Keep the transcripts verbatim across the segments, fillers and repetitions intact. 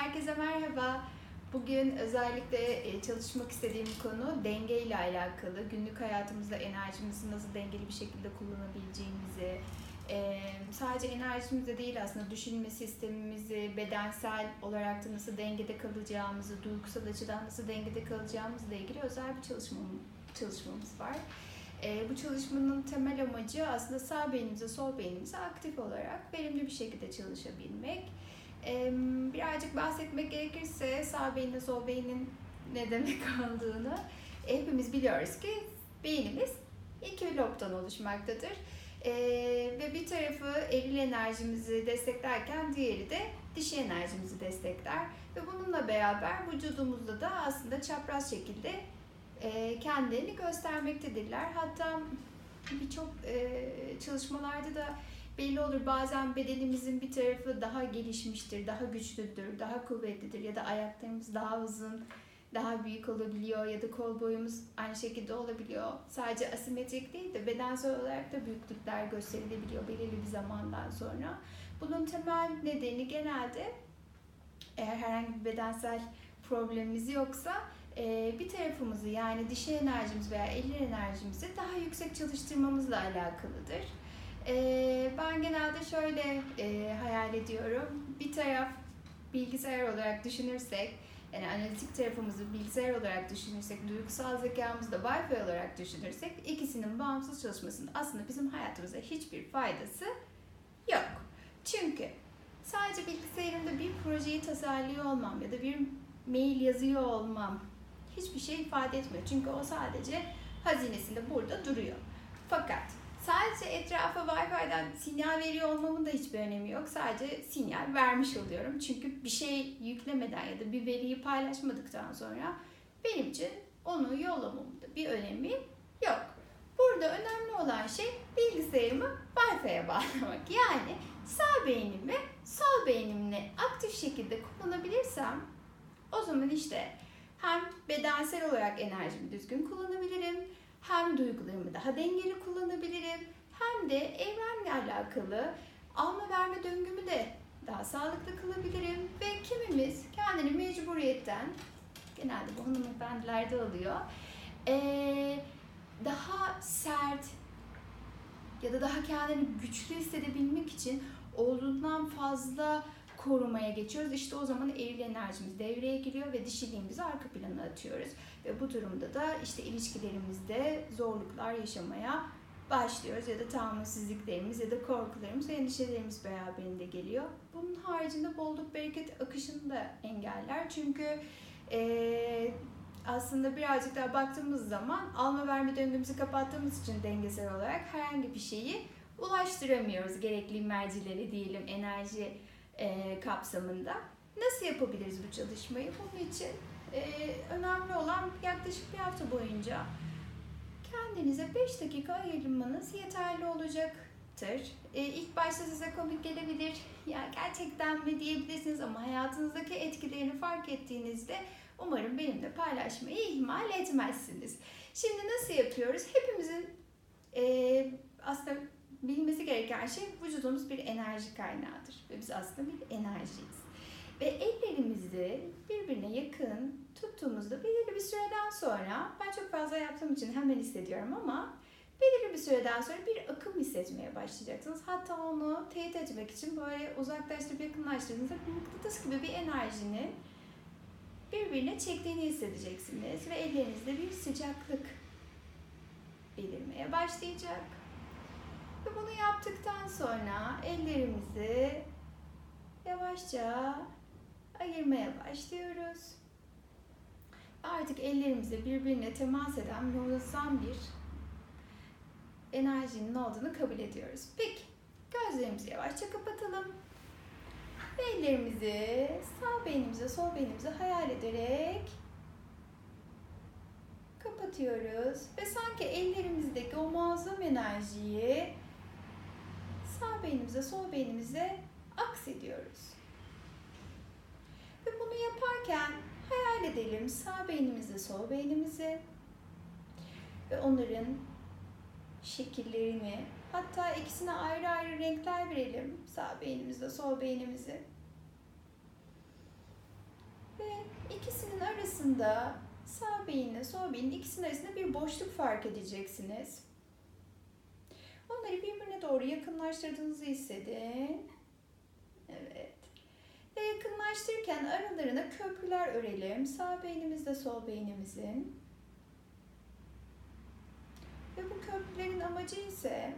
Herkese merhaba. Bugün özellikle çalışmak istediğim konu denge ile alakalı. Günlük hayatımızda enerjimizi nasıl dengeli bir şekilde kullanabileceğimizi, sadece enerjimizde değil aslında düşünme sistemimizi, bedensel olarak da nasıl dengede kalacağımızı, duygusal açıdan nasıl dengede kalacağımızla ilgili özel bir çalışmamız, çalışmamız var. Bu çalışmanın temel amacı aslında sağ beynimize, sol beynimize aktif olarak verimli bir şekilde çalışabilmek. Birazcık bahsetmek gerekirse sağ beyinle sol beynin ne demek olduğunu hepimiz biliyoruz ki beynimiz iki lobdan oluşmaktadır. Ve bir tarafı eril enerjimizi desteklerken diğeri de dişi enerjimizi destekler. Ve bununla beraber vücudumuzda da aslında çapraz şekilde kendilerini göstermektedirler. Hatta birçok çalışmalarda da belli olur, bazen bedenimizin bir tarafı daha gelişmiştir, daha güçlüdür, daha kuvvetlidir ya da ayaklarımız daha uzun, daha büyük olabiliyor ya da kol boyumuz aynı şekilde olabiliyor. Sadece asimetrik değil de bedensel olarak da büyüklükler gösterilebiliyor belirli bir zamandan sonra. Bunun temel nedeni genelde eğer herhangi bir bedensel problemimiz yoksa bir tarafımızı yani dişi enerjimiz veya eril enerjimizi daha yüksek çalıştırmamızla alakalıdır. Ben genelde şöyle hayal ediyorum. Bir taraf bilgisayar olarak düşünürsek, yani analitik tarafımızı bilgisayar olarak düşünürsek, duygusal zekamızı da Wi-Fi olarak düşünürsek, ikisinin bağımsız çalışmasının aslında bizim hayatımıza hiçbir faydası yok. Çünkü sadece bilgisayarımda bir projeyi tasarlıyor olmam ya da bir mail yazıyor olmam hiçbir şey ifade etmiyor. Çünkü o sadece hazinesinde burada duruyor. Fakat sadece etrafa Wi-Fi'den sinyal veriyor olmamın da hiçbir önemi yok. Sadece sinyal vermiş oluyorum. Çünkü bir şey yüklemeden ya da bir veriyi paylaşmadıktan sonra benim için onu yollamamın da bir önemi yok. Burada önemli olan şey bilgisayarımı Wi-Fi'ye bağlamak. Yani sağ beynimi sol beynimle aktif şekilde kullanabilirsem o zaman işte hem bedensel olarak enerjimi düzgün kullanabilirim, hem duygularımı daha dengeli kullanabilirim, hem de evrenle alakalı alma verme döngümü de daha sağlıklı kılabilirim ve kimimiz kendini mecburiyetten, genelde bu hanımefendilerde oluyor, ee, daha sert ya da daha kendini güçlü hissedebilmek için olduğundan fazla korumaya geçiyoruz. İşte o zaman eril enerjimiz devreye giriyor ve dişiliğimizi arka plana atıyoruz. Ve bu durumda da işte ilişkilerimizde zorluklar yaşamaya başlıyoruz ya da tahammülsüzlüklerimiz ya da korkularımız ve endişelerimiz beraberinde geliyor. Bunun haricinde bolluk bereket akışını da engeller. Çünkü ee, aslında birazcık daha baktığımız zaman alma verme döngümüzü kapattığımız için dengesel olarak herhangi bir şeyi ulaştıramıyoruz. Gerekli mercilere diyelim enerji e, kapsamında. Nasıl yapabiliriz bu çalışmayı? Bunun için e, önemli olan yaklaşık bir hafta boyunca kendinize beş dakika ayırmanız yeterli olacaktır. E, ilk başta size komik gelebilir, ya gerçekten mi diyebilirsiniz ama hayatınızdaki etkilerini fark ettiğinizde umarım benimle paylaşmayı ihmal etmezsiniz. Şimdi nasıl yapıyoruz? Hepimizin e, aslında bilmesi gereken şey vücudumuz bir enerji kaynağıdır ve biz aslında bir enerjiyiz. Ve ellerimizi birbirine yakın tuttuğumuzda belirli bir süreden sonra, ben çok fazla yaptığım için hemen hissediyorum ama belirli bir süreden sonra bir akım hissetmeye başlayacaksınız. Hatta onu teyit etmek için böyle uzaklaştırıp yakınlaştırdığınızda bir mıknatıs gibi bir enerjinin birbirine çektiğini hissedeceksiniz ve ellerinizde bir sıcaklık belirmeye başlayacak. Ve bunu yaptıktan sonra ellerimizi yavaşça ayırmaya başlıyoruz. Artık ellerimizi birbirine temas eden muazzam bir enerjinin olduğunu kabul ediyoruz. Peki, gözlerimizi yavaşça kapatalım. Ve ellerimizi sağ beynimize, sol beynimize hayal ederek kapatıyoruz. Ve sanki ellerimizdeki o muazzam enerjiyi sağ beynimize, sol beynimize aksediyoruz. Ve bunu yaparken hayal edelim sağ beynimizi, sol beynimizi ve onların şekillerini, hatta ikisine ayrı ayrı renkler verelim sağ beynimizle sol beynimizi. arasında sağ beyinle sol beynin ikisinin arasında bir boşluk fark edeceksiniz. Onları birbirine doğru yakınlaştırdığınızı hissedin. Evet. Ve yakınlaştırırken aralarına köprüler örelim. Sağ beynimizle sol beynimizin. Ve bu köprülerin amacı ise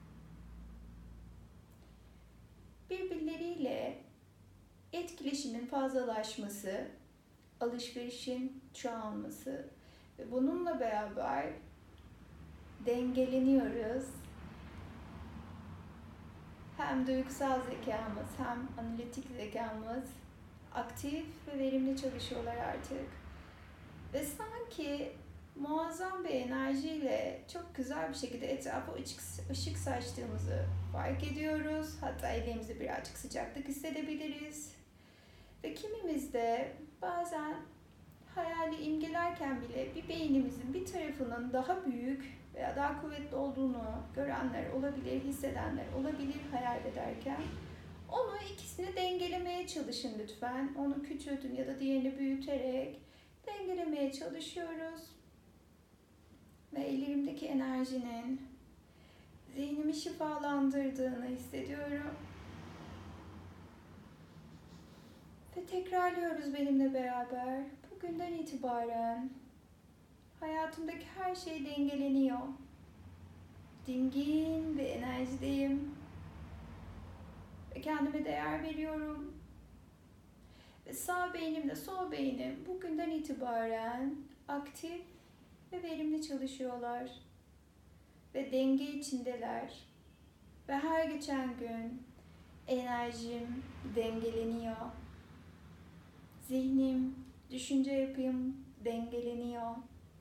birbirleriyle etkileşimin fazlalaşması, alışverişin çoğalması ve bununla beraber dengeleniyoruz. Hem duygusal zekamız hem analitik zekamız aktif ve verimli çalışıyorlar artık. Ve sanki muazzam bir enerjiyle çok güzel bir şekilde etrafa ışık, ışık saçtığımızı fark ediyoruz. Hatta ellerimizde birazcık sıcaklık hissedebiliriz. Ve kimimiz de bazen hayali imgelerken bile bir beynimizin bir tarafının daha büyük veya daha kuvvetli olduğunu görenler olabilir, hissedenler olabilir hayal ederken. Onu ikisini dengelemeye çalışın lütfen. Onu küçültün ya da diğerini büyüterek dengelemeye çalışıyoruz. Ve ellerimdeki enerjinin zihnimi şifalandırdığını hissediyorum. Ve tekrarlıyoruz benimle beraber. Bugünden itibaren hayatımdaki her şey dengeleniyor. Dingin ve enerjideyim. Ve kendime değer veriyorum. Ve sağ beynimle sol beynim bugünden itibaren aktif ve verimli çalışıyorlar. Ve denge içindeler. Ve her geçen gün enerjim dengeleniyor. Zihnim, düşünce yapım dengeleniyor.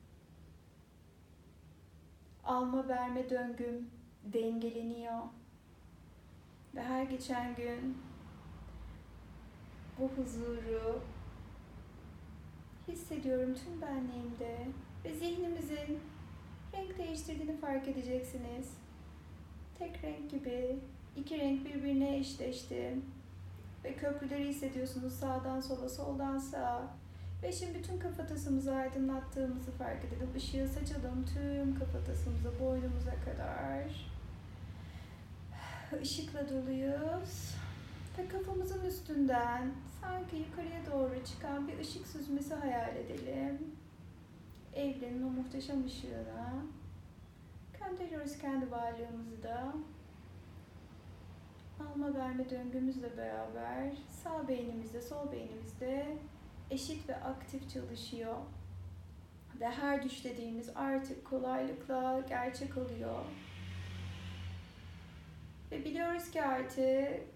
Alma verme döngüm dengeleniyor. Ve her geçen gün bu huzuru hissediyorum tüm benliğimde. Ve zihnimizin renk değiştirdiğini fark edeceksiniz. Tek renk gibi iki renk birbirine eşleşti. Ve köprüleri hissediyorsunuz sağdan sola, soldan sağa. Ve şimdi bütün kafatasımızı aydınlattığımızı fark edelim. Işığı saçalım tüm kafatasımıza, boynumuza kadar. Işıkla doluyuz. Ve kafamızın üstünden sanki yukarıya doğru çıkan bir ışık süzmesi hayal edelim. Evrenin o muhteşem ışığına gönderiyoruz kendi varlığımızı da. Alma verme döngümüzle beraber sağ beynimizde, sol beynimizde eşit ve aktif çalışıyor. Ve her düşlediğimiz artık kolaylıkla gerçek oluyor. Ve biliyoruz ki artık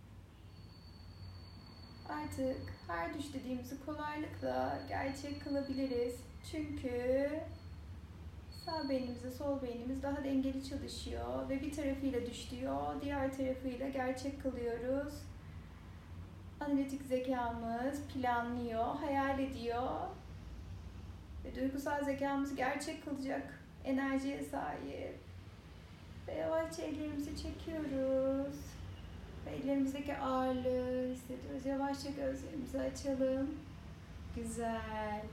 artık her düşlediğimizi kolaylıkla gerçek kılabiliriz. Çünkü sağ beynimizle sol beynimiz daha dengeli çalışıyor ve bir tarafıyla düşüyor, diğer tarafıyla gerçek kılıyoruz. Analitik zekamız planlıyor, hayal ediyor ve duygusal zekamız gerçek kılacak enerjiye sahip. Ve yavaşça ellerimizi çekiyoruz. Ve ellerimizdeki ağırlığı hissediyoruz. Yavaşça gözlerimizi açalım. Güzel.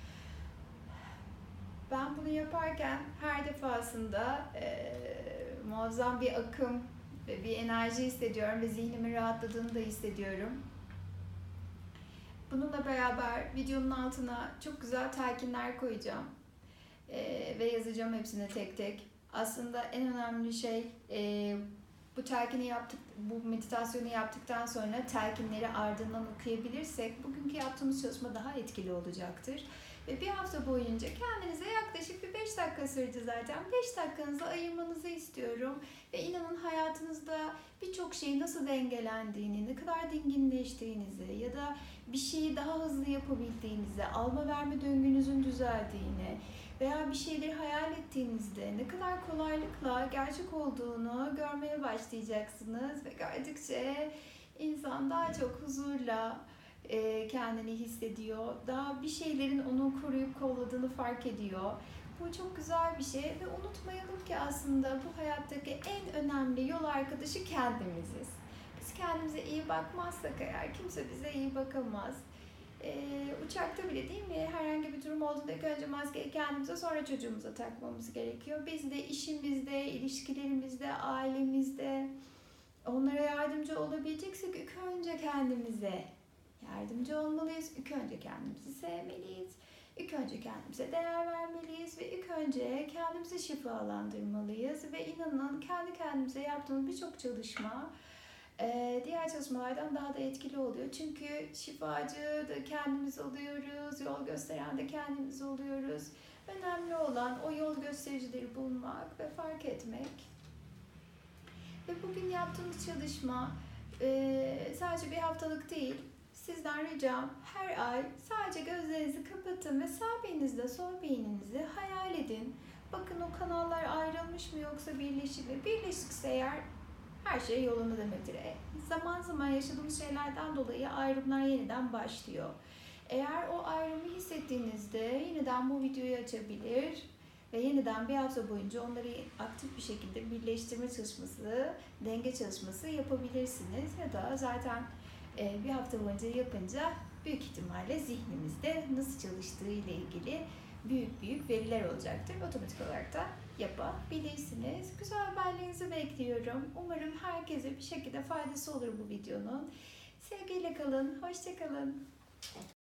Ben bunu yaparken her defasında e, muazzam bir akım ve bir enerji hissediyorum ve zihnimin rahatladığını da hissediyorum. Bununla beraber videonun altına çok güzel telkinler koyacağım e, ve yazacağım hepsini tek tek. Aslında en önemli şey e, bu telkini yaptık, bu meditasyonu yaptıktan sonra telkinleri ardından okuyabilirsek bugünkü yaptığımız çalışma daha etkili olacaktır. Ve bir hafta boyunca kendinize yaklaşık bir beş dakika sürdü zaten. beş dakikanızı ayırmanızı istiyorum. Ve inanın hayatınızda birçok şeyin nasıl dengelendiğini, ne kadar dinginleştiğinizi ya da bir şeyi daha hızlı yapabildiğinizi, alma verme döngünüzün düzeldiğini veya bir şeyleri hayal ettiğinizde ne kadar kolaylıkla gerçek olduğunu görmeye başlayacaksınız. Ve gördükçe insan daha çok huzurla kendini hissediyor. Daha bir şeylerin onu koruyup kolladığını fark ediyor. Bu çok güzel bir şey ve unutmayalım ki aslında bu hayattaki en önemli yol arkadaşı kendimiziz. Biz kendimize iyi bakmazsak eğer kimse bize iyi bakamaz. Ee, uçakta bile değil mi? Herhangi bir durum olduğunda ilk önce maskeyi kendimize sonra çocuğumuza takmamız gerekiyor. Biz de işimizde, ilişkilerimizde, ailemizde onlara yardımcı olabileceksek ilk önce kendimize yardımcı olmalıyız. İlk önce kendimizi sevmeliyiz. İlk önce kendimize değer vermeliyiz ve ilk önce kendimizi şifalandırmalıyız. Ve inanın kendi kendimize yaptığımız birçok çalışma diğer çalışmalardan daha da etkili oluyor. Çünkü şifacı da kendimiz oluyoruz, yol gösteren de kendimiz oluyoruz. Önemli olan o yol göstericileri bulmak ve fark etmek. Ve bugün yaptığımız çalışma sadece bir haftalık değil. Sizden ricam her ay sadece gözlerinizi kapatın ve sağ beyninizle sol beyninizi hayal edin. Bakın o kanallar ayrılmış mı yoksa birleşik mi? Birleşikse eğer her şey yolunda demektir. E, zaman zaman yaşadığımız şeylerden dolayı ayrımlar yeniden başlıyor. Eğer o ayrımı hissettiğinizde yeniden bu videoyu açabilir ve yeniden bir hafta boyunca onları aktif bir şekilde birleştirme çalışması, denge çalışması yapabilirsiniz. Ya da zaten e, bir hafta boyunca yapınca büyük ihtimalle zihnimizde nasıl çalıştığı ile ilgili büyük büyük veriler olacaktır. Otomatik olarak da yapabilirsiniz. Güzel haberlerinizi bekliyorum. Umarım herkese bir şekilde faydası olur bu videonun. Sevgiyle kalın, hoşça kalın.